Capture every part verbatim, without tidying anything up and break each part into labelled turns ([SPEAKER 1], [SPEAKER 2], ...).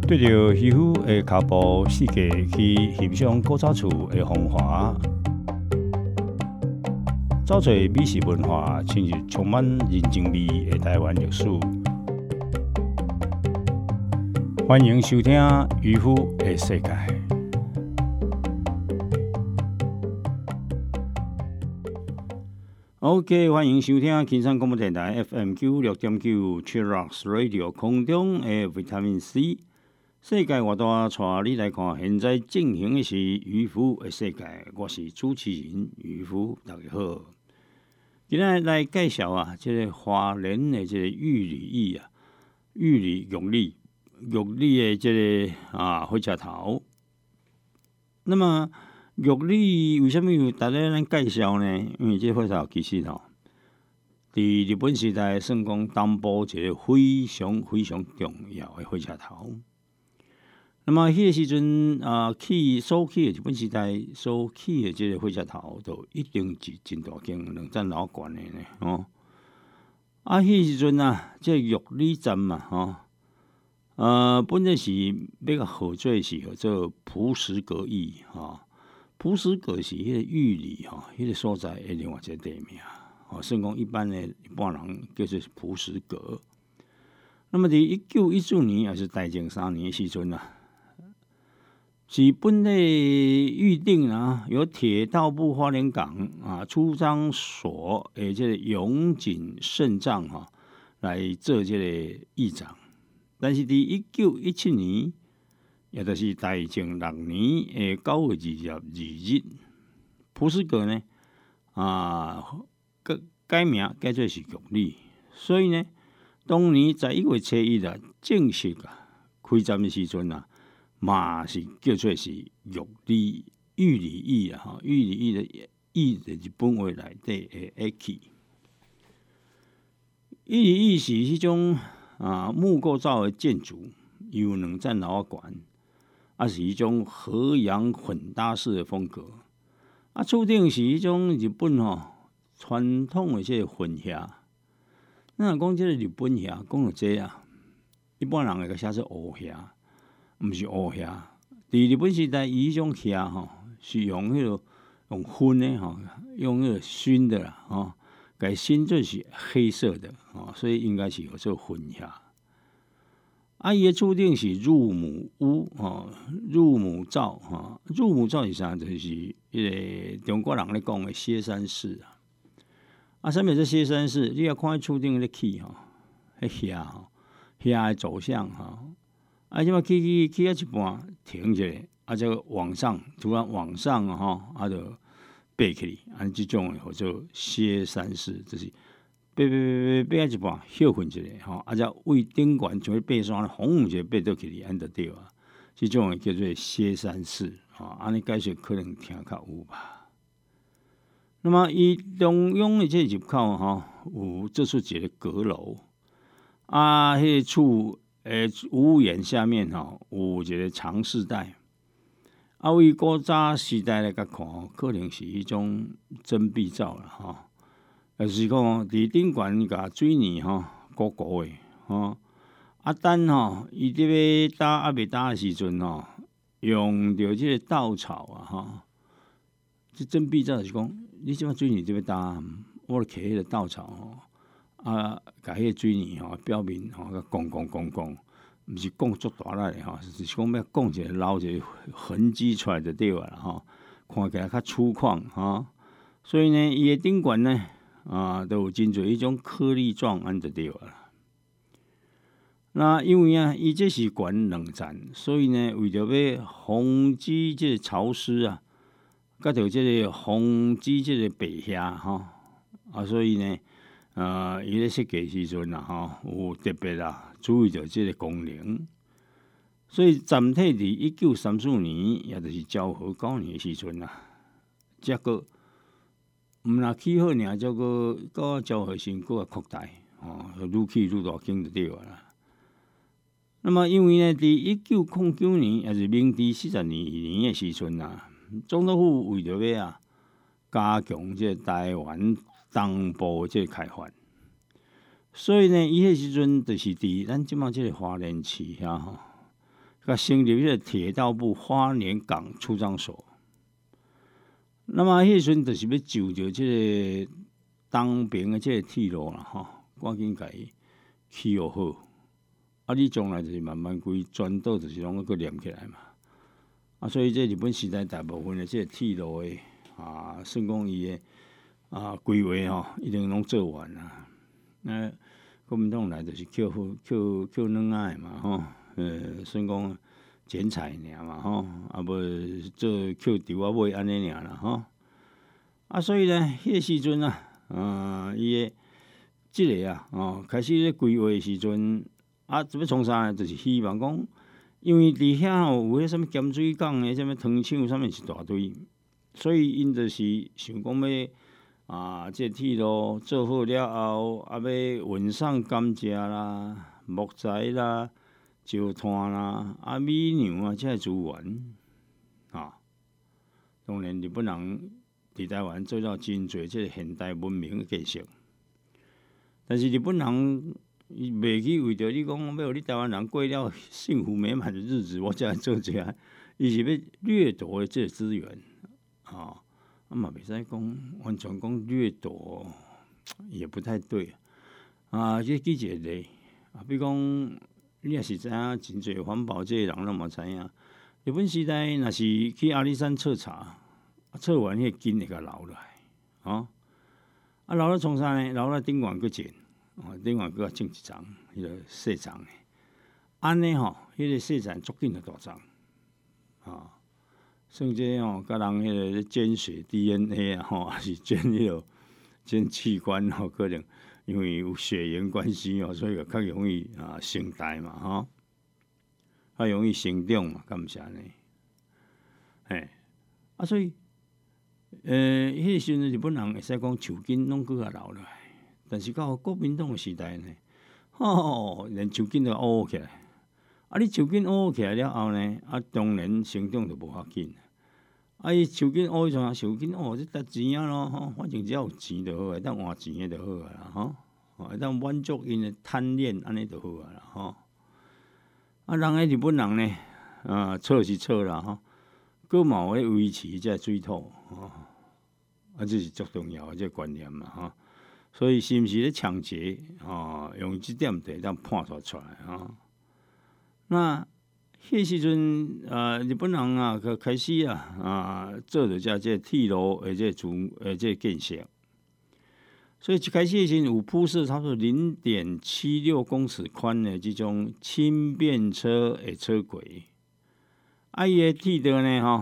[SPEAKER 1] 对着渔夫的脚步世界去欣赏古早厝的风华，找找美食文化，深入充满人情味的台湾历史。欢迎收听《渔夫的世界》。OK， 欢迎收听金山广播电台 F M 九六点九 Chillax Radio 空中的 Vitamin C。世界我大带你来看，现在进行的是渔夫的世界，我是主持人渔夫，大家好。今天来介绍啊，这个花莲的这个玉里艺啊，玉里玉里玉里的这个啊火车头。那么玉里为什么有大家咱介绍呢？因为这火车头其实吼，伫日本时代算讲东部一个非常非常重要的火车头。那么，迄个时阵啊，起所起的日本时代所起的这个火车头，都一定是真大间，两层楼高的呢，哦。啊，迄个时阵啊，这玉里站嘛，吼，呃，本来是要甲号做是号做璞石阁驿，吼，璞石阁是迄个玉里吼，迄个所在的另外一个地名，哦，算讲一般的一般人叫做璞石阁。那么，伫一九一四年还是大正三年的时阵啊。是本内预定啊，由铁道部花莲港啊出张所诶，这个永井胜藏哈来做这个议长。但是伫一九一七年，也就是大正六年诶九月二十二日，璞石阁呢啊改改名改做是玉里，所以呢，当年十一月初一啊正式啊开站的时阵啊。嘛是叫做是玉里玉里驿啊，哈，玉里驿的驿的日本话内底的 aki。玉里驿是迄种啊木构造的建筑，有两层楼高，啊是一种和洋混搭式的风格。啊，注定是一种日本吼传统的这个混合。那讲这个日本侠，讲到这啊，一般人会个写做乌侠。毋是乌遐，伫日本时代，伊迄种遐吼是用迄个用熏的吼，用迄个熏的啦吼，改熏做是黑色的吼，所以应该是有做混遐。啊，伊的厝顶是入母屋吼，入母灶吼，入母灶是啥？就是迄个中国人咧讲的歇山室啊。啊，啥物事歇山室？你要看厝顶咧起吼，迄遐吼，遐的走向吼。啊，即马起起起啊一半停一下，啊，再往上，突然往上啊，吼，啊，就爬起来，啊，即种诶叫做歇山式，就是爬爬爬爬爬啊一半，休困一下，吼，啊，再为顶悬像爬山，轰一下爬倒起来，安就对啊。即种诶叫做歇山式，吼，安尼解释可能听较有吧。那么，伊中央诶这入口吼，有做出一个阁楼，啊，迄个厝。诶，屋檐下面吼有一个长饰带，啊，为古早时代来甲看，可能是迄种真壁照啦吼，就是讲伫顶悬甲水泥吼糊糊诶吼，啊，等吼伊伫要打啊未打诶时阵吼，用着即个稻草啊吼，即真壁照就是讲，你即摆水泥伫要打，我著摕迄个稻草吼。啊，甲迄个水泥吼表面吼，甲拱拱拱拱，毋是拱足大力吼，是讲要拱一个捞一个痕迹出来就对了吼，看起来较粗犷吼。所以呢，伊的顶悬呢啊，都有真侪迄种颗粒状安就对了。那因为啊，伊这是悬两层，所以呢，为着要防止这个潮湿啊，甲着这个防止这个白遐吼啊，所以呢。呃，伊咧设计时阵啊，吼有特别啊注意到即个功能，所以暂体伫一九三四年，也就是昭和九年时阵啊，则个毋若起好尔，则个到昭和时个扩大，吼，愈起愈大间就对啦。那么因为呢，伫一九零九年，也是明治四十二年的时阵啊，总统府为着要啊加强即个台湾。东部即个开发，所以呢，伊迄时阵就是伫咱即马即个花莲市遐吼， 甲成立迄个铁道部花莲港出张所。那么迄时阵就是要就着即个东平的即个铁路啦，吼，赶紧甲伊起好好。啊，你将来就是慢慢规全岛就是拢个连起来嘛。啊，所以这日本时代大部分的即个铁路的啊，算讲伊的啊规划吼，一定拢做完啦。那国民党来就是扣扣扣软仔的嘛，吼，呃，算讲剪彩尔嘛，吼，啊无做扣除啊尾安尼尔啦，吼。啊，所以呢，迄个时阵啊，啊，伊的即个啊，哦，开始咧规划的时阵，啊，要创啥呢？就是希望讲，因为伫遐吼有迄什物咸水港的、什物糖厂，啥物是大堆，所以因就是想讲要。啊，这铁路做好了后，啊，要运送甘蔗啦、木材啦、石炭啦、啊米粮啊，这资源啊，当然日本人伫台湾做了真侪这个现代文明的建设，但是日本人伊袂去为着你讲要互你台湾人过了幸福美满的日子，我才来做这个，伊是要掠夺的这个资源啊。啊嘛，袂使讲完全讲掠夺，也不太对啊。即举一个例啊，比如讲，你也是知影真侪环保这个人，咱嘛知影。日本时代若是去阿里山测查，测完迄个根会甲留落来，啊，啊留咧创啥呢？留咧顶悬搁剪，哦，顶悬搁种一丛，迄个细丛的，安尼吼，迄个细丛足紧就大丛，啊。算这吼，甲人迄个捐血 D N A 啊，吼，还是捐迄个捐器官吼，可能因为有血缘关系哦，所以较容易啊生代嘛，吼，较容易生长嘛，敢毋是安尼？嘿，啊，所以，呃，迄个时阵日本人会使讲树根拢搁较留落来，但是到国民党的时代呢，吼，连树根都乌起来。啊！你树根乌起来了后呢，啊，当然成长就无法紧。啊，伊树根乌像树根乌，即值钱啊咯，吼，反正只要有钱就好，会当换钱诶就好啊啦，吼，会当满足因诶贪恋，安尼就好啊啦，吼。啊，人诶日本人呢，啊，错是错啦，吼，佫嘛有咧维持即个水土，吼，啊，这是足重要诶即个观念嘛，吼。所以是毋是咧抢劫，吼，用即点就会当判断出来，吼。那迄时阵，呃，日本人啊，佮开始啊，啊，做着遮这铁路的这主呃这建设，所以一开始时有铺设差不多零点七六公尺宽的这种轻便车的车轨，啊，伊的铁道呢，吼，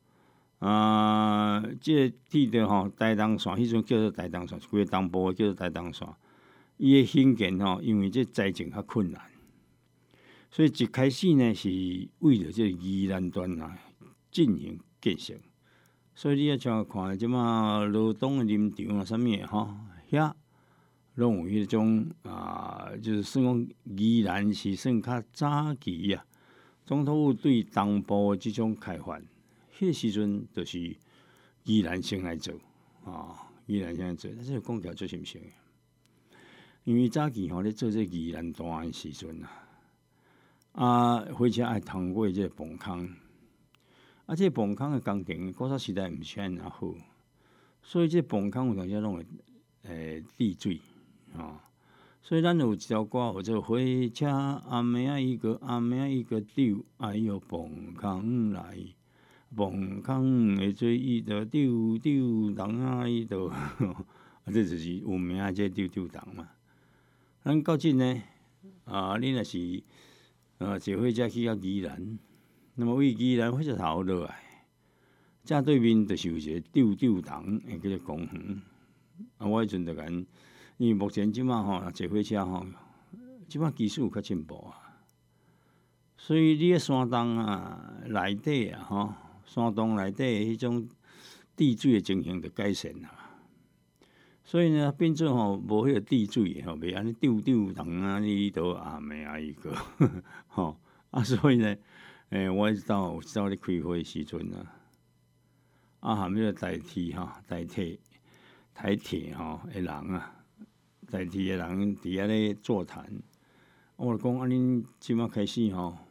[SPEAKER 1] 啊，这个铁道吼，台东线，迄阵叫做台东线，规个东部叫做台东线，伊的兴建吼，因为这财政较困难。所以一开始呢，是为了这宜兰段啊进行建设。所以你也像看即马罗东的林场啊，啥物的吼，遐拢有迄种啊，就是算讲宜兰是算较早期啊，总统府对东部的即种开发，迄个时阵就是宜兰先来做啊，宜兰先来做，但是讲起来做心性的，因为早期吼咧做这宜兰段的时阵啊。啊，火车爱通过这个崩坑，啊，这个崩坑的工程，古早时代毋是安尼好，所以这崩坑有当时拢会诶滴水啊，所以咱有一条歌叫做火车阿妹啊一个阿妹啊一个丢，哎哟崩坑来，崩坑的水伊就丢丢人啊伊就，啊，这就是有名的这丢丢人嘛。咱到今呢，啊，你若是。啊，坐火车去到宜兰，那么为宜兰火车头落来，正对面就是有一个丢丢塘，会叫做公园。啊，我迄阵就讲，因为目前即马吼坐火车吼，即马技术有较进步啊，所以你咧山洞啊内底啊吼，山洞内底迄种滴水的情形就改善啦。所以呢，变做吼无迄个滴水吼，袂安尼丢丢人啊，你都阿妹啊伊个吼啊，所以呢，诶、欸，我一直到有到咧开会的时阵啊，啊含迄个代替吼，代替台铁吼的人啊，代替的人伫遐咧座谈，我就讲啊，恁即马开始吼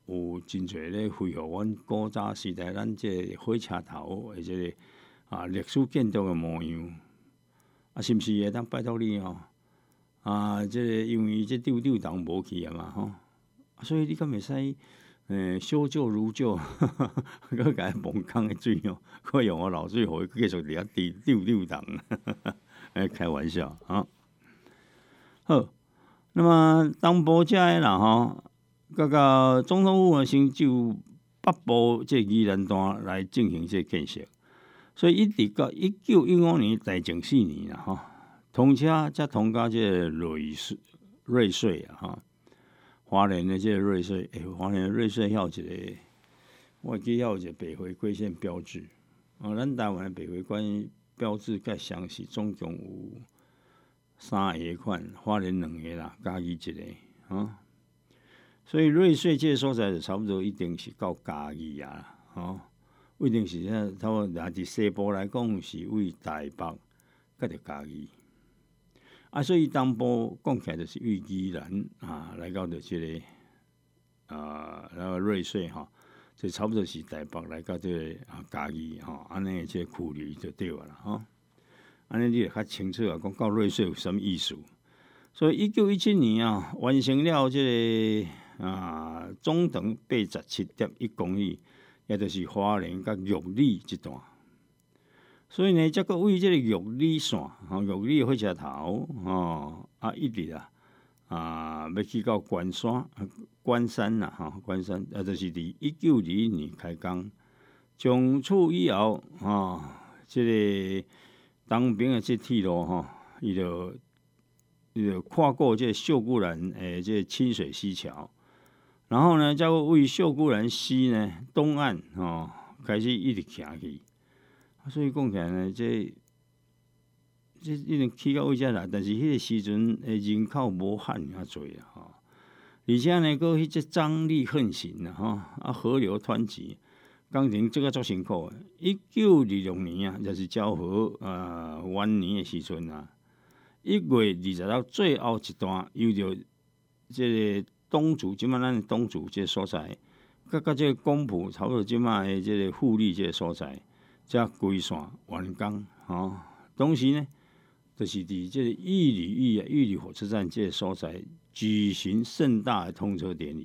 [SPEAKER 1] 有真侪咧恢复阮古早时代咱即火车头的即个啊历史建筑的模样。啊，是毋是会当拜托你哦？啊，即、这个因为即丢丢档无去啊嘛吼，所以你敢袂使诶修旧如旧，佮甲蒙江的水哦，佮用我老水互伊继续伫遐丢丢丢档，诶，开玩笑啊。好，那么东部遮个啦吼，甲甲总统府呢先就北部即宜兰段来进行即建设，所以一直到一九一五年大正四年啦吼，通车才通到即个瑞穗瑞穗啊吼。花莲的这个瑞穗，诶、欸，花莲的瑞穗还有一个，我记得还有一个北回归线标志。哦，咱台湾的北回归标志较详细，总共有三个款，花莲两个啦，嘉义一个啊。所以瑞穗这个所在就差不多一定是到嘉义啊，哦，一定是咧，差不多若伫西部来讲是为台北，甲着嘉义。啊，所以东部讲起来就是为宜兰啊，来到的这个啊，然后瑞穗哈，就差不多是台北来到这个啊嘉义哈，安尼这个距离就对了哈。安尼你就较清楚啊，讲到瑞穗有什么意思？所以一九一七年啊，完成了这个啊总长八十七点一公里，也就是花莲甲玉里这段。所以呢，则个为即个玉里线，吼玉里火车头，吼啊一直啊啊要去到关山、关山啦，吼关山啊，就是伫一九二一年开工，从此以后，吼即、这个东边的即铁路，吼伊就伊就跨过即秀姑兰诶，即清水溪桥，然后呢，再为秀姑兰溪呢东岸，吼开始一直行去。所以讲起来呢，这这已经去到位遮啦，但是迄个时阵诶人口无限啊多啊吼，而且呢，佫迄只张力横行啊吼，啊河流湍急，工程做个足辛苦诶。一九二六年啊，就是昭和啊元年诶时阵啊，一月二十六最后一段由着即个东竹，即摆咱诶东竹即个所在，甲甲即个公埔差不多即摆诶即个富丽即个所在。才规线完工，吼。同时呢，就是伫即个玉里玉啊玉里火车站这个所在举行盛大的通车典礼。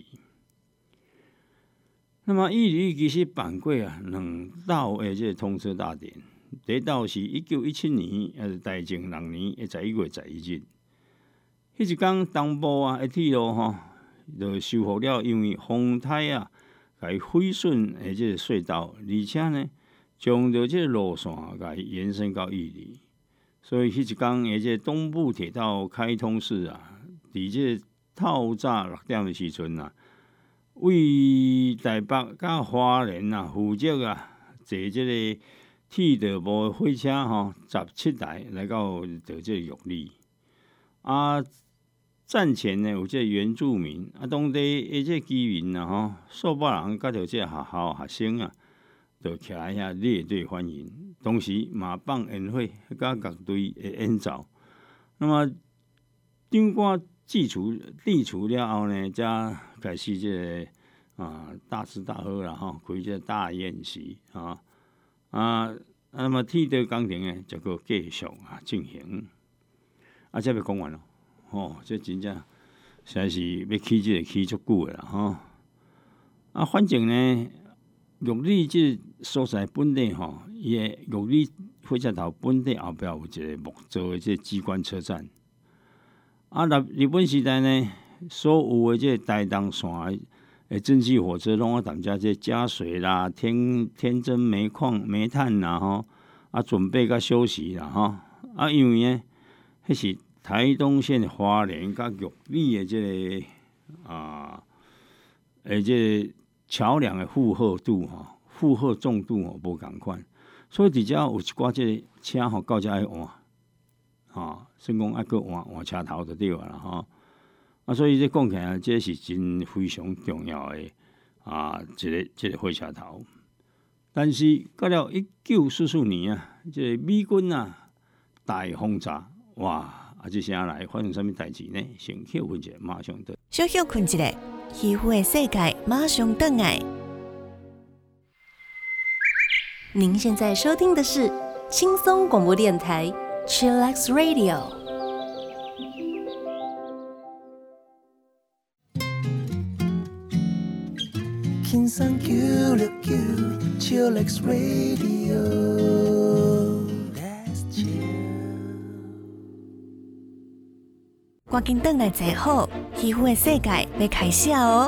[SPEAKER 1] 那么玉里玉其实办过啊两道的这个通车大典，第一道是一九一七年，也是大正六年的十一月十一日。迄一天东部啊的铁路吼，就修复了，因为风台啊，甲伊毁损的这个隧道，而且呢。将着这个路线甲延伸到玉里，所以迄一天诶，这东部铁道开通式啊，伫这透早六点的时阵啊，为台北甲花莲啊负责啊，坐这个铁道部火车吼，十七台来到着这玉里啊。战前呢，有这原住民啊，当地诶这居民啊，吼，数百人甲着这学校学生啊。就徛喺遐列队欢迎，同时嘛放烟火，甲各队的演奏。那么长官祭除、地除了后呢，才开始这个、啊大吃大喝啦，吼，开这大宴席啊啊。那么铁道工程呢，就个继续啊进行。啊，这要讲完咯，吼，这真正实在是要起这个起足久的啦，吼。啊，反正呢。玉里即所在本地吼，伊个玉里火车头本地后壁有一个木造的即机关车站。啊，日本时代呢，所有的即台东线的蒸汽火车，拢啊踮遮即加水啦、天天真煤矿、煤炭啦吼，啊准备甲休息啦吼。啊，因为呢，迄是台东县花莲甲玉里的即个啊，诶即。桥梁的负荷度吼，负荷重度吼无共款，所以伫遮有一寡即个车吼到遮爱换，吼，算讲爱搁换换车头就对啦吼。啊，所以这讲起来，这是真非常重要的啊，一个一个火车头。但是到了一九四四年啊，这个美军啊大轰炸，哇！啊，这声来发生什么代志呢？先休息一下，马上到。
[SPEAKER 2] 小休困一下，渔夫的世界马上回来。您现在收听的是轻松广播电台 Chillax Radio。
[SPEAKER 3] 轻松九六九 Chillax Radio。Let's chill。
[SPEAKER 2] 赶紧回来坐好，渔夫的世界要开始哦。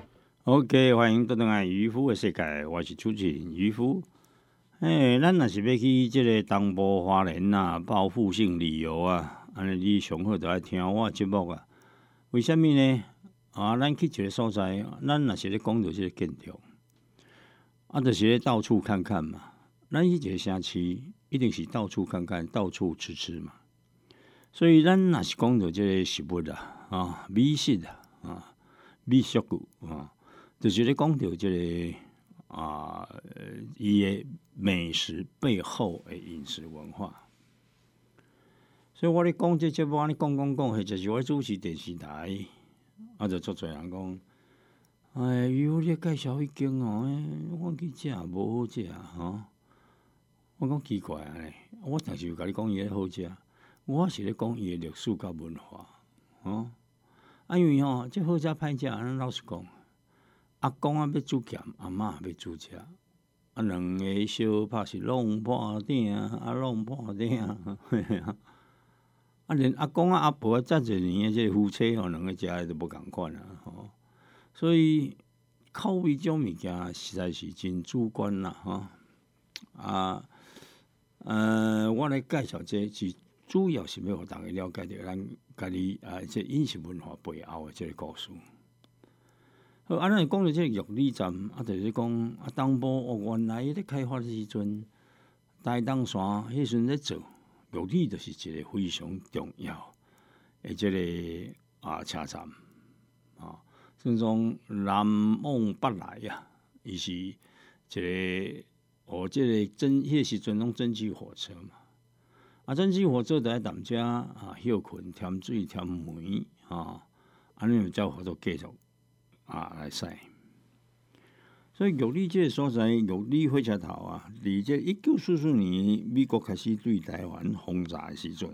[SPEAKER 1] OK， 欢迎回来渔夫的世界，我是主持人渔夫。诶，咱若是要去即个东部花莲啊，报复性旅游啊，安尼你上好就爱听我节目啊。为什么呢？啊，咱去一个所在，咱若是咧讲到即个建筑，啊，就是咧到处看看嘛。咱去一个城市，一定是到处看看，到处吃吃嘛。所以咱若是讲到即个食物啊，啊，美食啊，啊，美食啊，就是咧讲到即个啊，伊的美食背后的饮食文化。所以我咧讲这节目，安尼讲讲讲，或者是我主持电视台，啊，就足侪人讲，哎，有咧介绍迄间哦，我去食无好食吼。我讲奇怪啊，我但是有甲你讲伊咧好食。我是咧讲伊诶历史甲文化，吼、啊，因为吼、喔，即好食歹食，咱老实讲，阿公啊要煮咸，阿嬷要煮食，啊，两个小拍是弄破鼎，啊，弄破鼎，啊，连阿公啊阿婆啊，遮侪年诶，即个夫妻吼，两个食诶都无共款啊，吼，所以口味种物件实在是真主观啦，吼，啊，呃，我来介绍这是。主要是要互大家了解到咱家己啊，即饮食文化背后诶即个故事。好，啊，咱讲到即个玉里站，啊，就是讲啊，东部哦，原来咧开发时阵，台东线迄时阵咧做玉里，就是一个非常重要诶，即个啊车站啊，算种南往北来啊，伊是一个哦，即个蒸，迄个时阵拢蒸汽火车嘛。啊，蒸汽火车就喺淡遮啊，休困、添水、添煤啊，安尼才有法度继续啊来驶。所以玉里这个所在，玉里火车头啊，伫这一九四四年美国开始对台湾轰炸的时阵，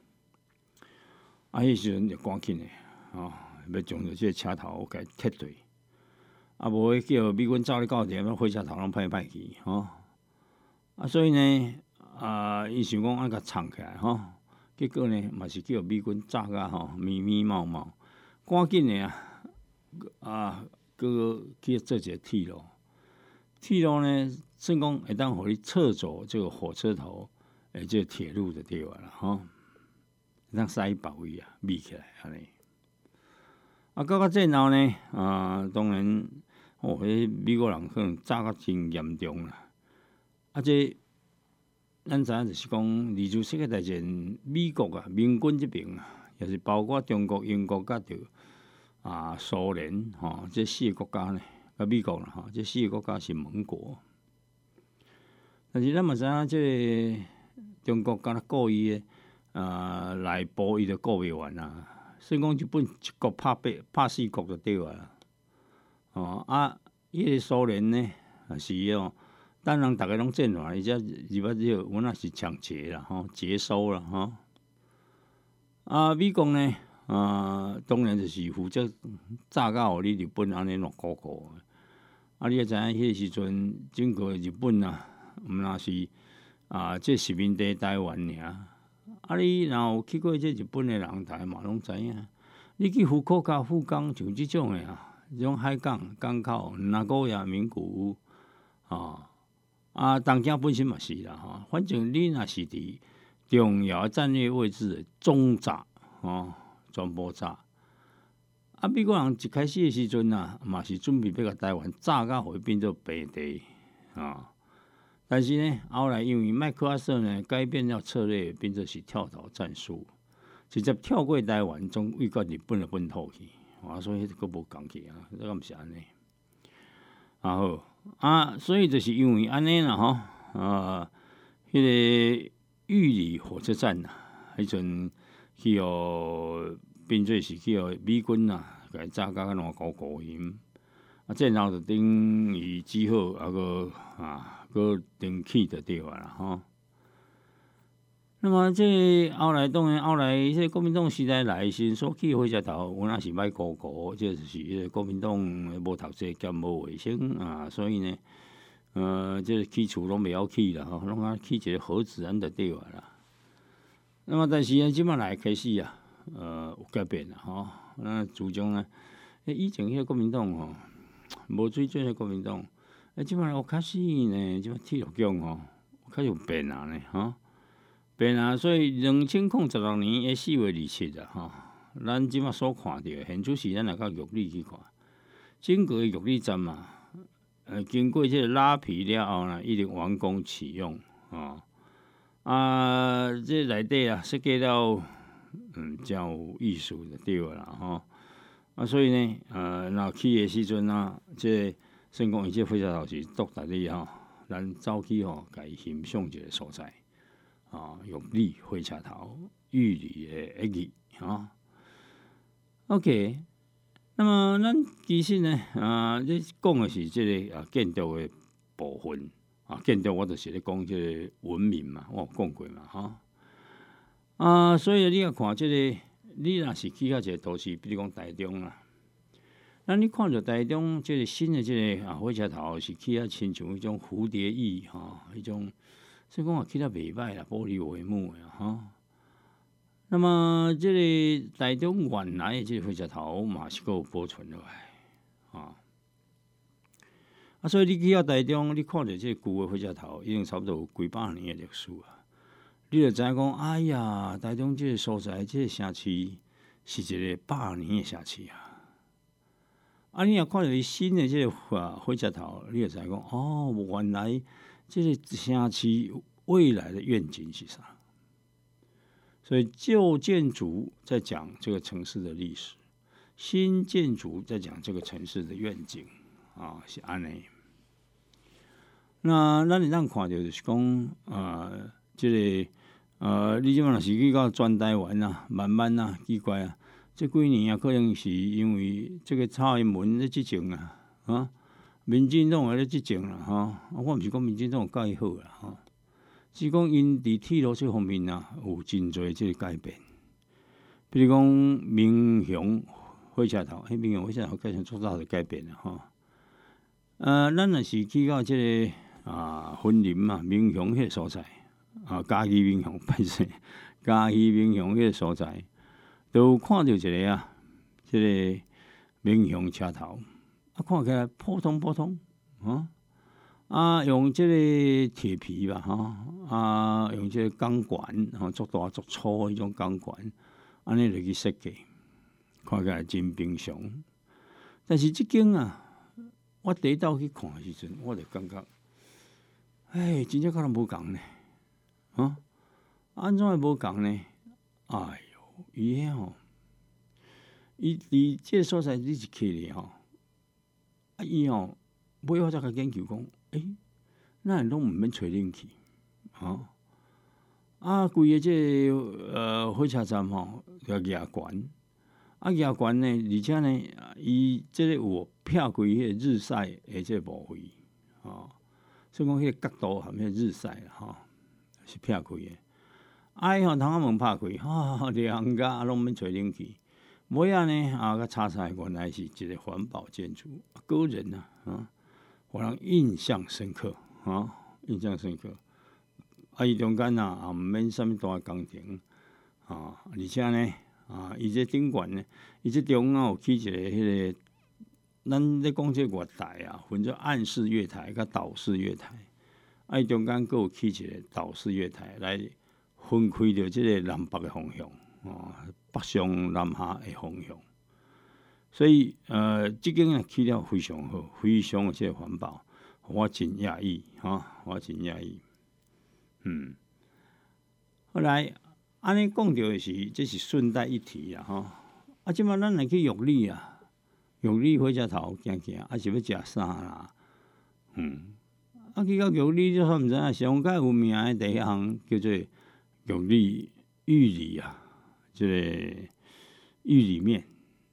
[SPEAKER 1] 啊，迄时阵就赶紧诶，啊，要将着这个车头给撤退，啊，无叫美军走咧到点，火车头拢歹歹去，吼，啊，所以呢。啊！伊想讲啊，甲藏起来吼，结果呢，嘛是叫美军炸甲吼密密麻麻，赶紧的啊！啊，个去做一个铁路，铁路呢，算讲会当互你撤走这个火车头，诶，这个铁路就对啊啦吼，当塞包围啊，密起来安尼。啊，到到最后呢，啊，当然，哦，迄美国人可能炸甲真严重啦，啊，这。咱知影就是讲，二次世界大战，美国啊，民军这边啊，也是包括中国、英国甲着啊苏联吼，这四个国家呢，甲美国啦吼，这四个国家是盟国。但是咱嘛知影，这个中国敢若故意诶啊来保伊着顾袂完啊，所以讲日本一国拍八拍四国就对啊。哦啊，迄个苏联呢，也是哦。当然，大家拢战乱，而且日本只我那是抢劫啦，吼，劫收啦，吼。啊，美国呢，啊，当然就是负责炸到互你日本安尼乱搞搞。啊，你也知影，迄个时阵整个日本啊，毋若是啊，这殖民地台湾尔。啊，你若有去过这日本的人，大家嘛拢知影。你去福岛甲福冈像即种的啊，即种海港港口，名古屋、名古屋啊。啊，东京本身嘛是啦，吼，反正你若是伫重要的战略位置总炸，吼，全部炸。啊，美国人一开始的时阵啊，嘛是准备要甲台湾炸甲互伊变做平地啊。但是呢，后来因为麦克阿瑟呢改变了策略，变做是跳岛战术，直接跳过台湾，从位到日本的本土去，啊，所以佫无共去啊，这个毋是安尼。啊好。啊，所以就是因为安尼啦，吼，啊，迄、那个玉里火车站呐，迄阵去哦，变做是去哦美军呐， 甲伊炸甲烂糊糊形，啊，这然后就等伊煮好，啊个啊个等起就对啊啦吼。那么这后来当然后来这国民党时代来时，所起火车头，有若是歹糊糊，这就是国民党无读册兼无卫生啊，所以呢，呃，这起厝拢袂晓起啦，吼，拢啊起一个核子安就对啊啦。那么但是呢，即摆来开始啊，呃，有改变啦，吼，那自从呢，以前迄个国民党吼，无水准的国民党，诶，即摆有开始呢，即摆体育局吼，开始有变啊呢，吼。变啊，所以两千零十六年诶四月二七啊，吼，咱即马所看到，现出是咱来到玉里去看，整个玉里站嘛，呃，经过这个拉皮了后呢，已经完工启用，吼，啊，这内底啊设计了，嗯，真有艺术就对啦，吼，啊，所以呢，呃，若起诶时阵啊，这算讲伊这火车头是独特哩吼，咱走去吼，甲伊欣赏一个所在。啊，玉里火车头，玉里的一字啊。OK， 那么咱其实呢，啊，你讲的是这个啊建筑的部分啊，建筑我就是咧讲这个文明嘛，我有讲过嘛，哈。啊，所以你要看这个，你若是去到一个都市，比如讲台中啦，那你看着台中这个新的这个啊火车头是去啊亲像迄种蝴蝶翼哈，迄种。所以讲啊，起得袂歹啦，玻璃帷幕的吼。那么，这个台中原来的这个火车头嘛是够有保存落来，啊。啊，所以你去到台中，你看着这个旧的火车头，已经差不多有几百年的历史啊。你就知影讲，哎呀，台中这个所在，这个城市是一个百年的城市啊。啊，你若看着新的这个火车头，你就知影讲，哦，原来。这个城市未来的愿景是啥？所以旧建筑在讲这个城市的历史，新建筑在讲这个城市的愿景啊，是安尼。那咱你咱看到就是讲，呃，这个呃，你即摆若是去到全台湾啊，慢慢啊，奇怪啊，这几年啊，可能是因为这个蔡英文的执政啊，啊。民进党咧执政啦，吼，我毋是讲民进党有介好啦，吼，是讲因伫铁路这方面啊，有真侪即个改变。比如讲民雄火车头，迄民雄火车头改成做大的改变啦，吼。呃，咱若是去到即个啊分林嘛，民雄迄个所在啊，嘉义民雄，歹势，嘉义民雄迄个所在，都看到一个啊，即个民雄车头。啊，看起来普通普通，啊啊，用这个铁皮吧，哈啊，用这个钢管，哈，做大做粗迄种钢管，安尼来去设计，看起来真平常。但是即间啊，我第一道去看的时阵，我就感觉，哎，真正可能无共呢，啊，安怎会无共呢？哎哟，伊迄吼，伊伫这个所在你是去哩吼。啊，伊吼，尾我才甲研究讲，诶、欸，咱拢毋免找冷气，吼、啊，规个这个、呃火车站吼，要压悬，啊压悬呢，而且呢，伊即个有撇开迄个日晒的即个部位，吼，所以讲迄个角度含迄个日晒啦，吼，是撇开的。啊，伊吼通仔门拍开，哈，凉甲拢毋免找冷气。尾啊呢啊，个叉菜原来是一个环保建筑，个人啊啊，互人印象深刻啊，印象深刻。啊，伊中间啊也毋免啥物大工程啊，而且呢啊，伊这顶悬呢，伊这中央有起一个迄、那个，咱咧讲这月台啊，分做暗式月台甲岛式月台。啊，伊中间佫有起一个岛式月台来分开着即个南北的方向。哦，北上南下的方向，所以呃，即间啊起了非常好，非常的即个环保，我真讶異哈，我真訝異。嗯，后来安尼讲到的是，这是顺带一提啦吼。啊，即摆咱来去玉里啊，玉里火车头行行，啊是要食啥啦？嗯，啊去到玉里，你算毋知影上界有名的第一项叫做玉里玉里啊。这个玉里面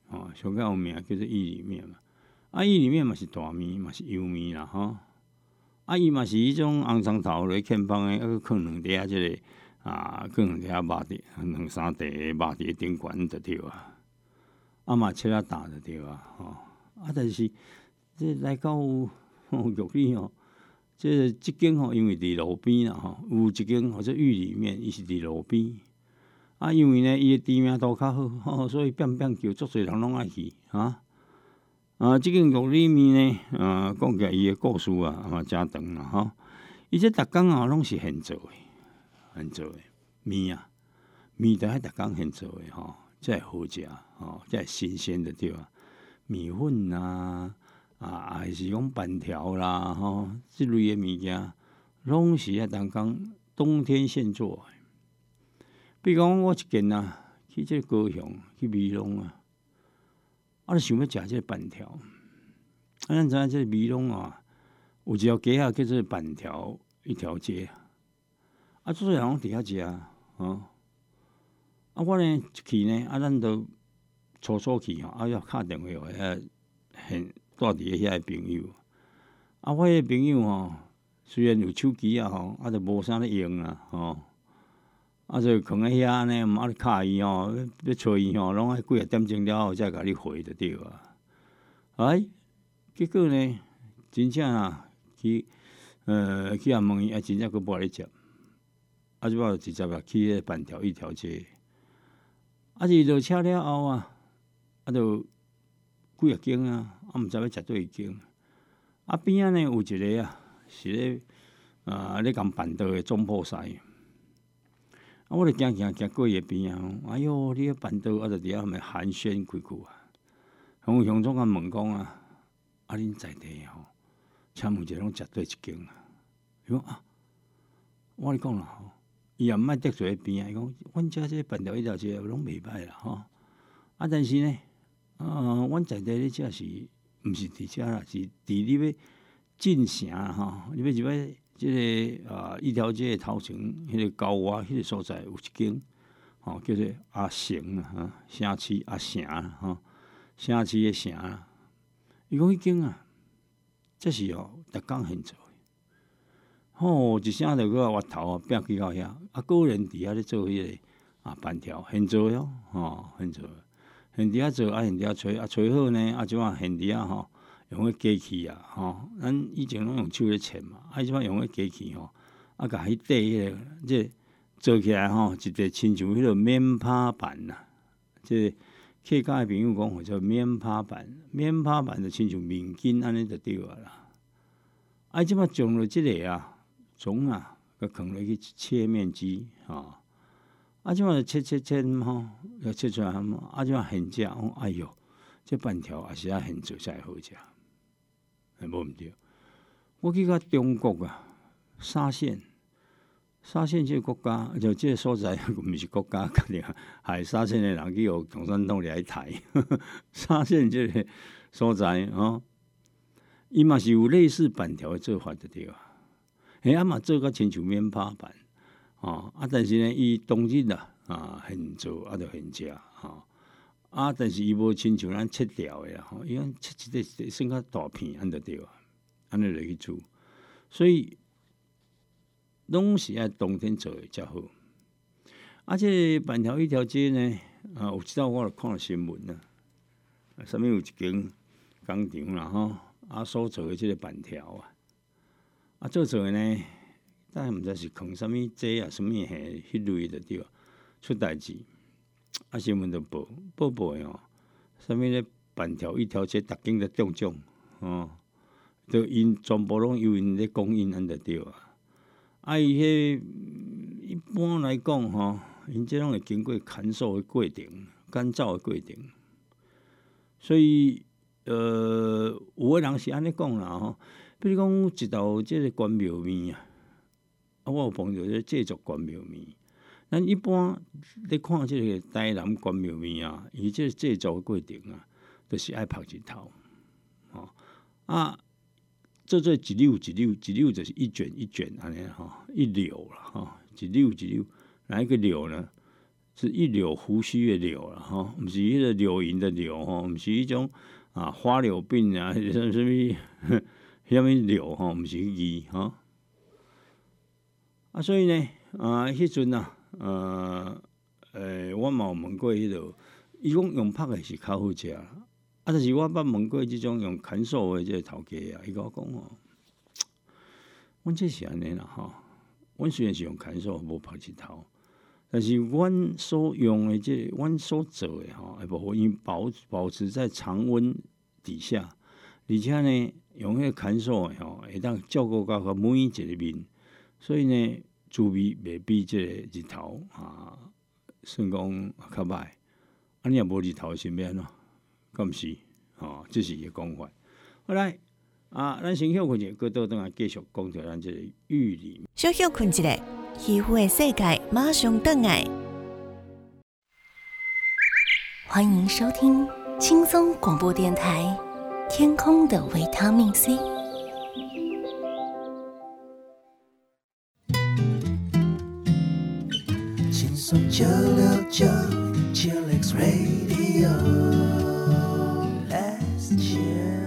[SPEAKER 1] 哦，上较有名叫做意里面嘛。啊，意里面嘛是大面，嘛是油面啦，吼。啊，伊嘛是迄种红葱头落欠芳诶，啊，放两碟即个啊，放两碟肉碟，两三碟肉碟顶悬就对啊。啊嘛切啊大就对啊，吼。啊，但是这来到玉里吼，这即间吼，因为伫路边啦吼，有一间或者玉里面，伊是伫路边。啊，因为呢，伊诶知名度较好，吼，所以变变叫足侪人拢爱去啊。啊，即间玉里面呢，啊，讲起来伊诶故事啊，嘛真长啦吼。伊这逐工啊，拢是现做诶，现做诶面啊，面就喺逐工现做诶吼，才会好食吼，才会新鲜的对啊。米粉啊，啊，还是讲板条啦吼，即类诶物件，拢是喺逐工冬天现做诶。比如讲，我一件啊，去即个高雄去美浓啊，啊，就想要食即个板条。啊，咱知影即个美浓啊，有一条街啊叫做板条一条街，啊，做侪人拢伫遐食啊，哦。啊，我呢去呢，啊，咱都初初去吼，啊，要敲电话互遐现住伫遐诶朋友。啊，我迄个朋友吼，虽然有手机啊吼，啊，就无啥咧用啦，吼。啊，就囥喺遐呢，毋爱敲伊吼，要找伊吼，拢爱几啊点钟了后才甲你回就对啊。哎，结果呢，真正啊，去呃去遐问伊，啊，真正佫无咧接。啊，即摆就直接啊去迄板条一条街。啊，是落车了后啊，啊，就几啊间啊，啊，毋知要食倒一间。啊，边仔呢有一个啊，是咧啊咧共办桌诶总铺师。啊，我就行行行过伊边啊，哎哟，你迄板桌啊，就伫遐咪寒暄几句啊。向向总啊问讲啊，啊，恁在地吼，请问一下，拢食倒一间啊？伊讲啊，我咧讲啦吼，伊也毋爱得罪迄边啊。伊讲，阮遮即板条一条街拢袂歹啦吼。啊，但是呢，啊，阮在地咧食是毋是伫遮啦？是伫你要进城吼，你要入去。即个啊，一条街头前，迄个高洼迄个所在有一间，吼、哦、叫做阿城啊，城市阿城啊，吼、哦，城市诶城啊。伊讲迄间啊，这是哦，逐工现做诶。吼、哦，一声就个挖头啊，拼去到遐，啊，个人伫遐咧做迄、那个啊板条，现做哟，吼、哦，现做，现伫遐做，啊，现伫遐吹，啊，吹好呢，啊，即啊现伫遐吼。用迄机器啊，吼，咱以前拢用手咧切嘛，啊，即摆用迄机器吼，啊，甲迄底迄个，即做起来吼，一个亲像迄个面拍板呐，即客家诶朋友讲，叫面拍板，面拍板就亲像面筋安尼就对啊啦。啊，即摆将了即个啊，种啊，甲放落去切面机吼，啊，即摆切切切吼，要切出来嘛，啊，即摆现食，哎哟，这板条也是啊现做才会好食。哎，无毋对，我去到中国啊，沙县，沙县这个国家，就这个所在，毋是国家，肯定系沙县的人去互共产党来抬。沙县这个所在哦，伊嘛是有类似板条的做法的对啊。哎，啊嘛做甲亲像面拍板，哦啊，但是呢，伊当日啊啊现做啊，就现食吼。啊，但是伊无亲像咱切条诶啦，吼，伊讲切一个算较大片，安就对啊，安尼落去煮，所以拢是爱冬天做诶较好。啊，这板条一条街呢，啊，有一道我著看了新闻啦，上面有一间工厂啦，吼，啊所做诶即个板条啊，啊做做诶呢，但毋知是放啥物剂啊，啥物嘿，迄类就对啊，出代志。啊，新闻就报报报诶吼，啥物咧板条一条街，逐间咧中奖，哦，都因全部拢由因咧供应安就对啊。啊，伊迄一般来讲吼，因即拢会经过干燥诶过程，干燥诶过程，所以呃，有诶人是安尼讲啦吼，比如讲一道即个关庙面啊，啊，我有碰到咧制作关庙面。咱一般咧看即个台南关庙面啊，伊即个制作过程啊，著、就是爱晒日头，吼啊，做做一绺一绺，一绺就是一卷一卷安尼吼，一绺啦吼，一绺一绺，哪一个绺呢？ 是一绺胡须的绺啦，吼，毋是迄个柳银的柳吼，毋是迄种啊花柳鬓啊，什么什么什么柳吼，毋是迄字吼。啊，所以呢，啊，迄阵啊，呃，诶，我嘛有问过迄落，伊讲用拍的是较好食啦，啊，但是我捌问过即种用砍手的即个头家啊，伊甲我讲吼，阮这是安尼啦吼，阮虽然是用砍手无拍日头。但是，阮所用的这，阮所做的吼，会无因保保持在常温底下，而且呢，用迄个砍手的吼，会当照顾到每一个面，所以呢，滋味袂比这个日头啊，算讲较歹。啊，你若无日头是要安怎？敢毋是？吼，这是伊个讲法。好来啊，咱先休困者，过倒转来继续讲着咱这个玉里。
[SPEAKER 2] 小休困一下。渔夫的世界马上回来，欢迎收听轻松广播电台《天空的维他命 C》。
[SPEAKER 3] 轻松九六九 Chillax Radio，Let's chill。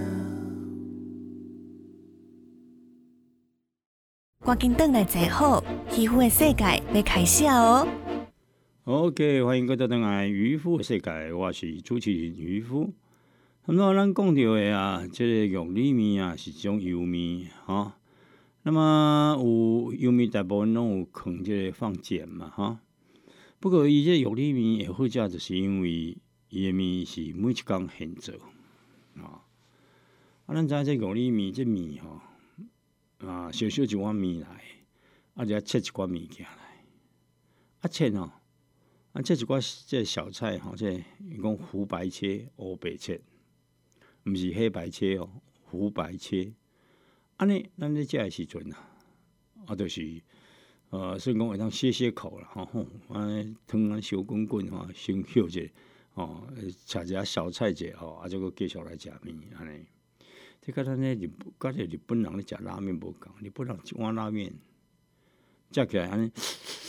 [SPEAKER 2] 赶紧回来坐好，渔夫的世界要开始哦。
[SPEAKER 1] OK， 欢迎各位回来渔夫的世界，我是主持人渔夫。那么咱讲到的啊，这个玉米面啊是一种油面哈。那么有油面大部分拢有放这个放碱嘛哈。不过伊这玉米面会好食，就是因为伊的面是每一工现做啊。啊，咱知这玉米面这面吼。啊，小小一碗面来，啊，就切一寡物件来，啊切哦，啊切一寡这小菜吼，这伊讲胡白切、黑白切，毋是黑白切哦，胡白切。安尼，咱咧食的时阵啊，啊，就是呃，所以讲会当歇歇口啦，吼、哦，安汤啊烧滚滚吼，先休者，哦，食一下小菜者吼，啊，再个继续来食面安尼。这甲咱咧日，甲这日本人咧食拉面无共，日本人一碗拉面食起来安尼，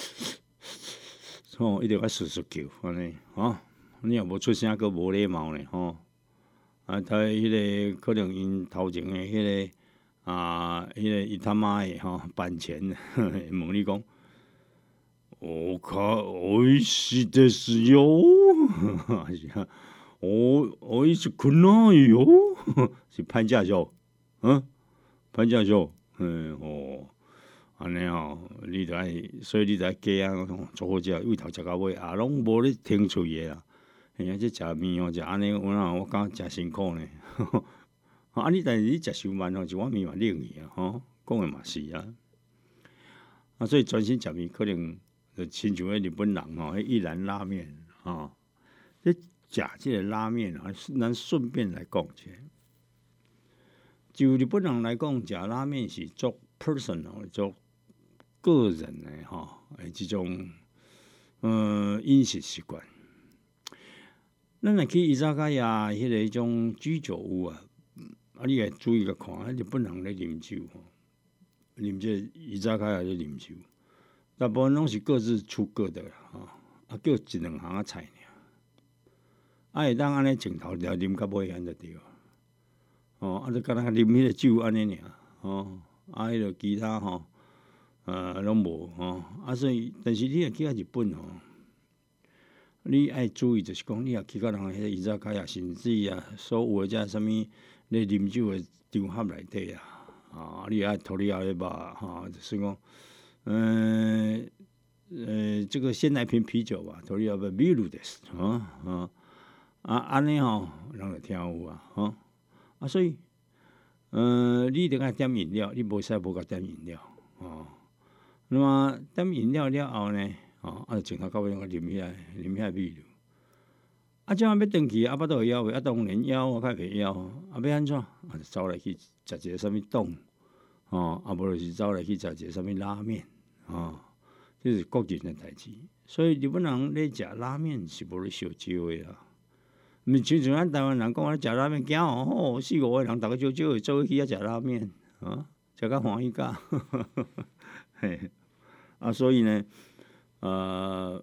[SPEAKER 1] 吼，一定要簌簌叫安尼，吼，你若无出声，佫无礼貌咧，吼。啊，他迄个可能因头前诶迄个啊，迄个伊他妈诶吼板前问你讲，我靠，美味しいですよ。哦，哦，伊是困难哟，是潘教授，嗯，潘教授，嗯，哦，安尼吼，你著爱，所以你著爱加啊，做好食，胃头食到尾啊，拢无咧停喙诶啦。哎呀，这食面哦，食安尼，我哪我感觉诚辛苦呢。啊，你但是你食伤慢吼，一碗面嘛冷去啊，吼，讲诶嘛是啊。啊，所以专心食面，可能就亲像迄日本人吼，迄一兰拉面啊，这。食即个拉面啊，咱顺便来讲者，就日本人来讲，食拉面是做 personal 做个人的吼，诶，即种呃饮食习惯。咱若去伊扎卡呀，迄个种居酒屋啊，啊，你会注意个看，日本人咧啉酒吼，啉这伊扎卡呀咧啉酒，大部分拢是各自出各的啦，吼，啊，叫一两行啊菜。啊，会当安尼镜头了啉到尾安就对，哦，啊，就敢若啉迄个酒安尼尔，哦，啊，迄个其他吼，呃，拢无吼，啊，所以，但是你若去到日本吼，你爱注意，就是讲你若去到人迄个伊扎卡呀，甚至啊，所有诶遮啥物咧啉酒诶场合内底啊，啊，你爱托你阿咧吧，哈，就是讲，呃，呃，这个鲜奶瓶啤酒吧，托你阿吧秘鲁的，啊啊。啊，安尼吼，人就听有啊，吼啊，所以，呃，你得爱点饮料，你无使无甲点饮料，哦。那么点饮料了后呢，哦，啊，就镜头到尾用个啉起来，啉起来味了。啊，即下要转去，啊，巴肚枵未？啊，当然枵，我较袂枵，啊，要安怎？啊，就走来去食一个啥物冻，哦，啊，无就是走来去食一个啥物拉面，哦，这是国人的代志。所以日本人咧食拉面是无咧烧酒的啦。毋是像像咱台湾人讲，咧食拉面，惊哦吼，四五个人，逐个少少会做去遐食拉面，啊，食甲欢喜甲，嘿，啊，所以呢，呃，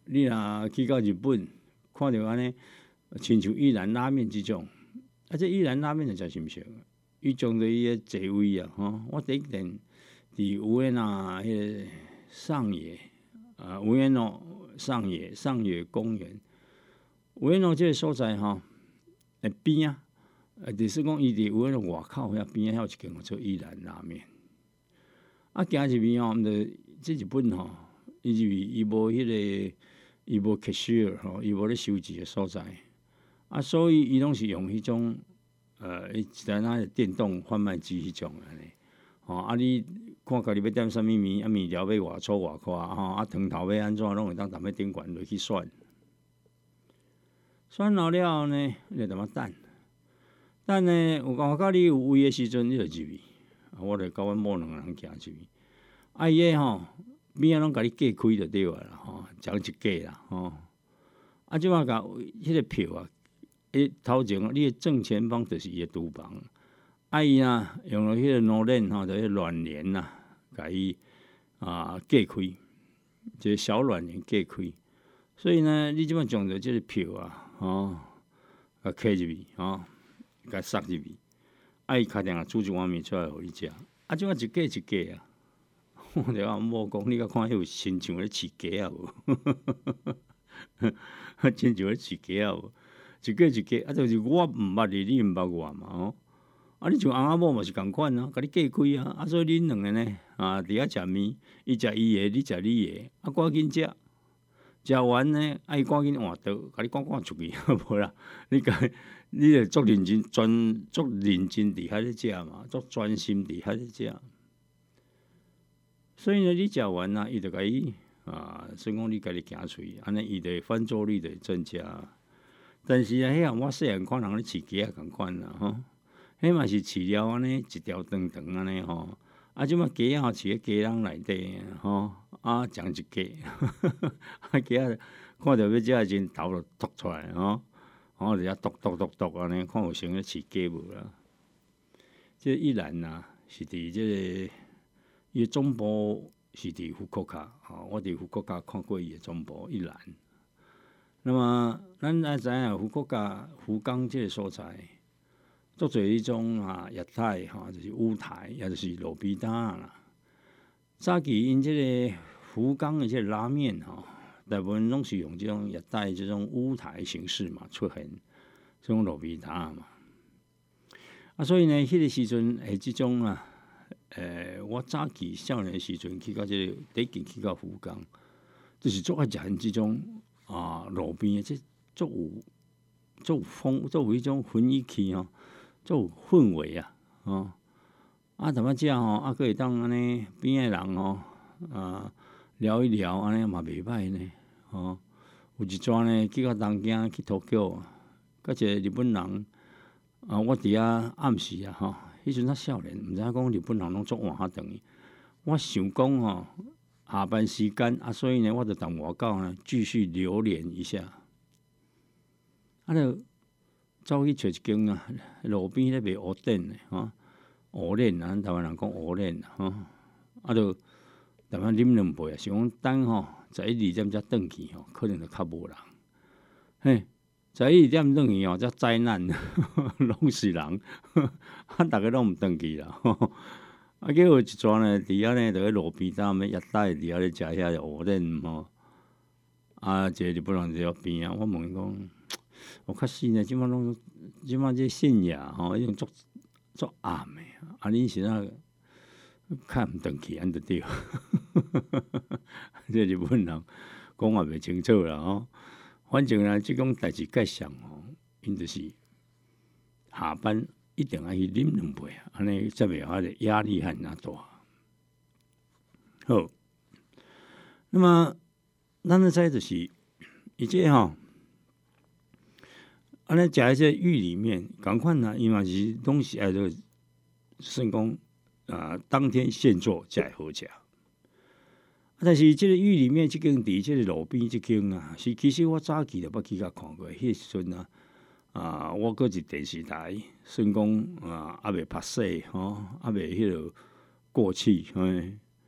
[SPEAKER 1] 你若去到日本，看到安尼，亲像伊兰拉面即种，啊，这伊兰拉面就真心俗。伊将着伊个座位啊，吼，我第一阵伫有诶那迄个上野啊，有诶喏上野上野公园，有诶喏即个所在吼，诶边啊，啊，就是讲伊伫有诶喏外口遐边啊，遐有一间叫做伊兰拉面。啊，行入去吼，毋着即日本吼，伊入去伊无迄个，伊无 cashier 吼，伊无咧收钱诶所在，啊，所以伊拢是用迄种。呃，一台那电动贩卖机迄种安尼，吼啊！你看家己要点啥物面，啊面条要偌粗偌宽，吼啊汤头要安怎，拢会当踮咧顶悬落去选，选好了后呢，你就踮咧等，等呢有感觉你有位诶时阵，你就入去，我就甲阮某两个人行入去，啊伊个吼边仔拢甲你隔开就对啊啦，吼，讲一价啦，吼，啊即摆甲迄个票啊。伊头前，你的正前方就是伊的厨房，啊伊啊用了迄个软链吼，就迄软帘呐，甲伊啊隔开，一个小软帘隔开，所以呢，你即摆将着即个票啊，吼，甲摕入去，吼，甲塞入去，啊伊敲定啊煮一碗面出来互你食，啊即摆一价一价啊，我就甲某讲，你甲看迄有亲像咧饲鸡啊无？亲像咧饲鸡啊无？一个一个，啊，就是我毋捌你，你毋捌我嘛，吼。啊，你像翁仔某嘛是共款啊，甲你隔开啊，啊，所以恁两个呢，啊，伫遐食面，伊食伊的，你食你的，啊，赶紧食，食完呢，啊，伊赶紧换刀，甲你赶赶出去，无啦，你甲你着足认真，专足认真伫遐咧食嘛，足专心伫遐咧食。所以呢，你食完啊，伊就甲伊啊，算讲你家己行出去，安尼伊的翻桌率就增加。但是啊，迄样我细汉看人咧饲鸡啊，共款啦吼，迄嘛是饲了安尼一条长长安尼吼，啊，即马鸡啊饲咧鸡笼内底吼，啊，讲一价，啊，鸡啊看着要食诶阵头就凸出来吼，吼就遐嘟嘟嘟嘟安尼，看有成咧饲鸡无啦。即伊兰呐是伫即个伊诶总部是伫福国卡，吼，我伫福国卡看过伊诶总部伊兰。那么，咱爱知影福国甲福冈即个所在，足侪迄种啊业态吼，就是舞台，也就是路边摊啦。早期因即个福冈的即个拉面吼，大部分拢是用即种业态、即种舞台形式嘛出现，即种路边摊嘛。啊，所以呢，迄、那个时阵诶，即种啊，诶、呃，我早期少年时阵去到即、这个第一件去到福冈，就是足爱食因即种。啊，路边诶，即足有足有风，足有迄种雰囲氣吼，足有氛圍啊，吼啊，淡仔食吼，啊，可會當安尼邊誒人吼啊聊一聊，安尼嘛袂歹呢，吼。有一轉呢，去到東京去東京，甲一個日本人啊，我佇遐暗時啊，吼，迄陣較少年，毋知影講日本人攏足晚下等伊，我想講吼。下班时间啊，所以呢，我就同外口呢继续流连一下。啊，就走去找一间啊，路边咧卖蚵仔的吼，蚵仔啊，咱台湾人讲蚵仔吼，啊，就淡仔啉两杯啊，想讲等吼十一二点才转去吼，可能就较无人。嘿，十一二点转去吼，则灾难，拢是人，啊，逐个拢毋转去啦。啊，结果一撮呢，伫遐呢，就喺路边摊咩，一带伫遐咧食遐蚵仔吼。啊，一个日本人伫遐边啊，我问伊讲，我较死呢，即摆拢，即摆这信仰吼，迄种足足暗诶，啊，恁是哪较毋转去安就对。这日本人讲也袂清楚啦吼，反正呢，即种代志介绍吼，因就是下班。一定要去啉两杯啊！安尼才袂遐个压力很大。好，那么咱咧知就是伊这吼，安尼食喺这狱里面，共款啊，伊嘛是拢是爱做，算讲啊，当天现做才会好食。但是这个狱里面，即间伫即个路边即间啊，是其實我早期就捌去甲看過，迄時陣啊。啊，我搁一電視台，算講啊，還袂拍攝吼，還袂迄落過氣，嘿，迄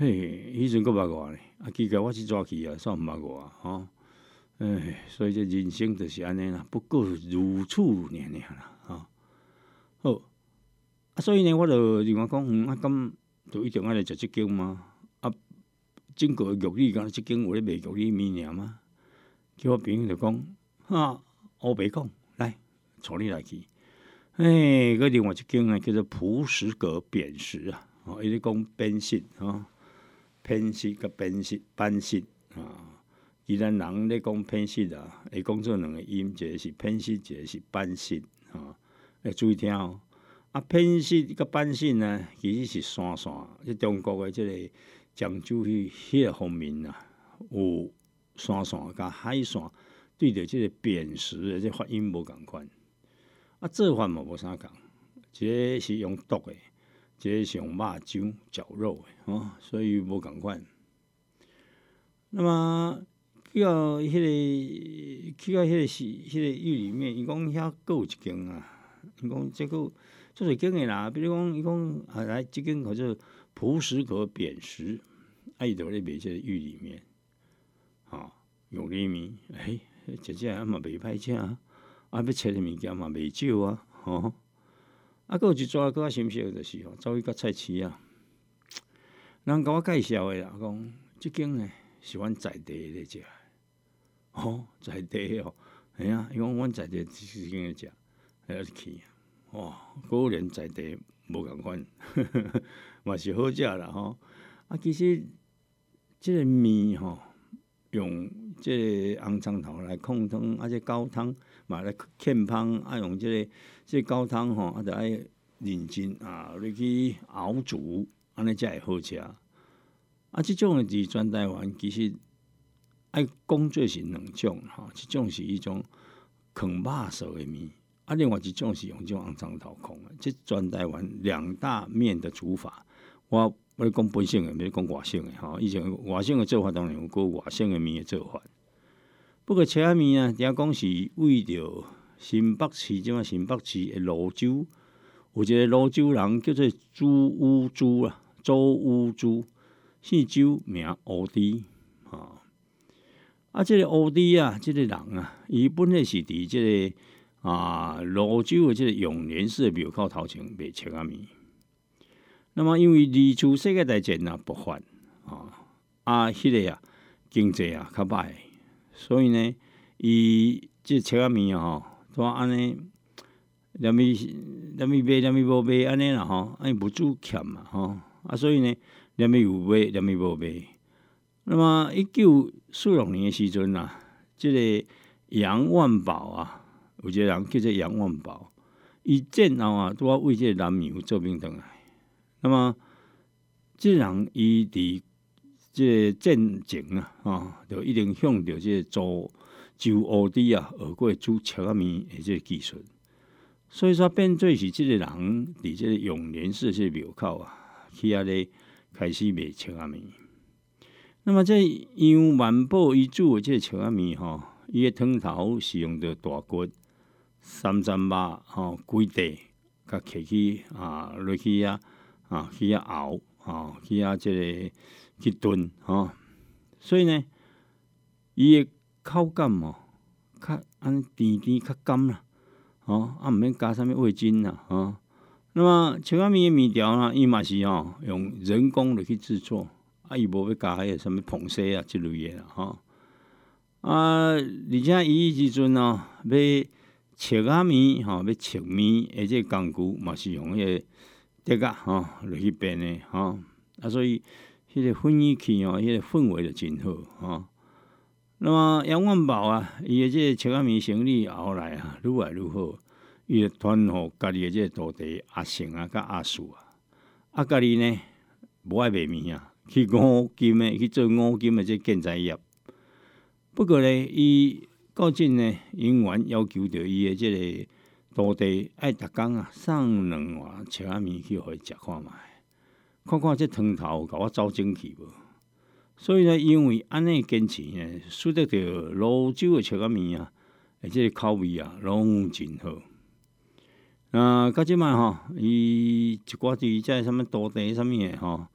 [SPEAKER 1] 嘿，迄阵佫捌我呢，啊，奇怪，我去抓去啊，煞毋捌我啊，吼，哎，所以这人生就是安尼啦，不过如此尔尔啦，吼，好，啊，所以呢，我就另外讲，嗯，啊，咁就一定爱来食即间吗？啊，整个玉里敢即间有咧卖玉里面尔吗？叫我朋友就讲，哈，乌白讲，来，带你来去。哎，个另外一间呢，叫做蒲石阁扁食啊，哦，伊咧讲扁食啊，扁食甲扁食、板食啊。宜兰人咧讲扁食啊，会讲做两个音，一个是扁食，一个是板食啊。要注意听哦。啊，扁食甲板食呢，其实是山线，即中国的即个漳州迄迄个方面啊，有山线甲海线，对着即个扁食的即发音无共款。啊，做法嘛无啥共，一个是用剁的，一个是用肉酱绞肉的，哦，所以无共款。那么去到迄、那个，去到迄个是迄、那个狱里面，伊讲遐佫有一间啊，伊讲这个做侪间的啦，比如讲，伊讲啊来，即间叫做蒲石阁扁食，啊伊就咧卖这个狱里面，哦，玉里面，哎，食食啊嘛袂歹食啊。啊，要切的物件嘛袂少啊，吼！啊，佫有一撮佫较深刻，就是吼，走去到菜市啊，人甲我介绍的啦，讲即间呢是阮在地咧食，吼，在地哦，系啊，伊讲阮在地即间咧食，还去，哇，果然在地无共款，嘛是好食啦，吼！啊，其实即个面吼。用即个红葱头来控汤，啊，即高汤嘛来欠芳，啊，用即、這個即、這個、高汤吼，啊，着爱认真啊，你去熬煮，安尼才会好食。啊，即种诶伫全台湾其实爱讲做是两种吼，一种是迄种藏肉臊诶面，啊，另外一种是用即种红葱头控诶。即全台湾两大面的煮法，我。我咧讲本省诶，袂讲外省诶吼。以前外省诶做法当然有个外省诶面诶做法。不过车仔面啊，听讲是为着新北市即马新北市诶泸州，有一个泸州人叫做朱乌珠啦，周乌珠，姓周名乌猪吼。啊，即、這个乌猪啊，即、這個人啊，伊本来是伫即个啊泸州诶即个永联寺诶庙口头前卖车仔面。那么，因为二次世界大战啊爆发啊，啊，迄、那个啊经济啊较歹，所以呢，伊即车仔面啊吼，都安尼，连咪连咪卖，连咪无卖安尼啦吼，啊，物资欠嘛吼，啊，所以呢，连咪有卖，连咪无卖。那么，一九四六年的时阵啊，即、这个杨万宝啊，有一个人叫做杨万宝，伊战后啊，拄啊为即个南洋做兵转来。那么，即人伊伫即战前啊，吼，就一定向着即做周乌猪啊，学过煮车仔面的即个技术，所以说变做是即个人伫即个永联寺即个庙口啊，去遐咧开始卖车仔面。那么这杨万宝伊煮的即个车仔面吼，伊的汤头是用着大骨、三层肉、吼龟块，甲摕去啊落去啊。啊，去遐熬，啊，去遐即个去炖，吼、啊，所以呢，伊诶口感哦，较安甜甜较甘啦，吼、啊，啊毋免加啥物味精啦，吼、啊。那么车仔面诶面条呢，伊嘛是吼用人工来去制作，啊，伊无要加迄个啥物膨西啊，即类诶啦，吼、啊。而且伊迄时阵哦，要车仔面吼，要切面诶，即个工具嘛是用迄个。竹啊，吼落去变诶，吼啊，所以迄个雰囲氣哦，迄個氛圍就真好，吼。那麼楊萬寶啊，伊誒即個車仔面生意後來啊，愈來愈好，伊就傳互家己誒即個徒弟阿成啊，甲阿樹啊，啊家己呢無愛賣面啊，去五金誒，去做五金誒即個建材業。不過呢，伊到陣呢，永遠要求着伊誒即個。徒弟愛逐工啊送兩碗車仔面去互伊食看觅，看看這湯頭甲我走進去無？所以呢，因為安尼堅持呢，使得着泸州的車仔面啊，而且口味啊，攏真好。啊，到即擺吼，伊一寡啲即係啥物徒弟啥物誒吼，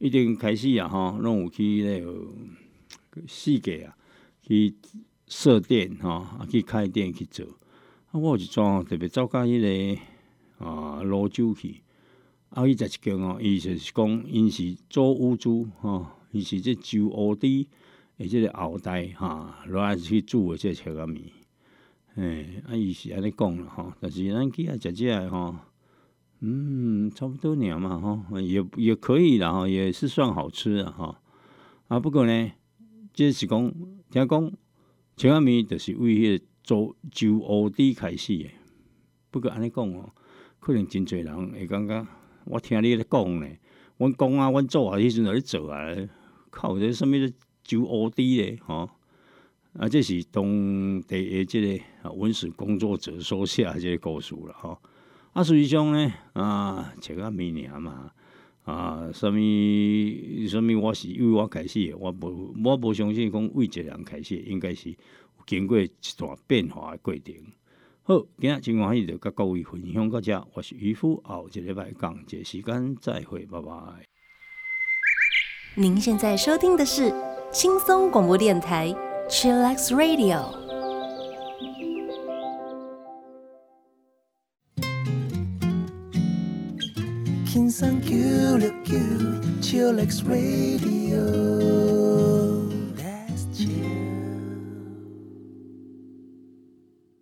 [SPEAKER 1] 一定开始啊吼，拢有去迄个世界啊去设店吼，啊去开店去做。啊，我有一桩特别走到迄、那个啊泸州去，啊，伊食一间哦，伊就是讲因是做乌猪吼，伊是这周乌猪诶，即个后代哈落来去煮诶，即个切仔面。诶，啊，伊是安尼讲啦吼，但是咱去遐食食诶吼，嗯，差不多尔嘛吼，也也可以啦吼，也是算好吃啊吼。啊，不过呢，即是讲听讲切仔面就是为迄个做周乌猪开始诶。不过安尼讲哦，可能真侪人会感觉，我听你咧讲呢，阮讲啊，阮做啊，迄阵就咧做啊，靠，这什物周乌猪咧吼。啊，这是当地的即个文史工作者所写的即个故事啦，吼。啊，实际上呢，啊，切仔面尔嘛，啊，什物什物，我是为我开始的，我无我无相信讲为一个人开始，应该是有经过一段变化的过程。好，今日真欢喜就甲各位分享到这，我是渔夫，后一个礼拜讲，这个时间再会，拜拜。
[SPEAKER 2] 您现在收听的是轻松广播电台。Chillax Radio，
[SPEAKER 3] 轻松九六九 Chillax Radio。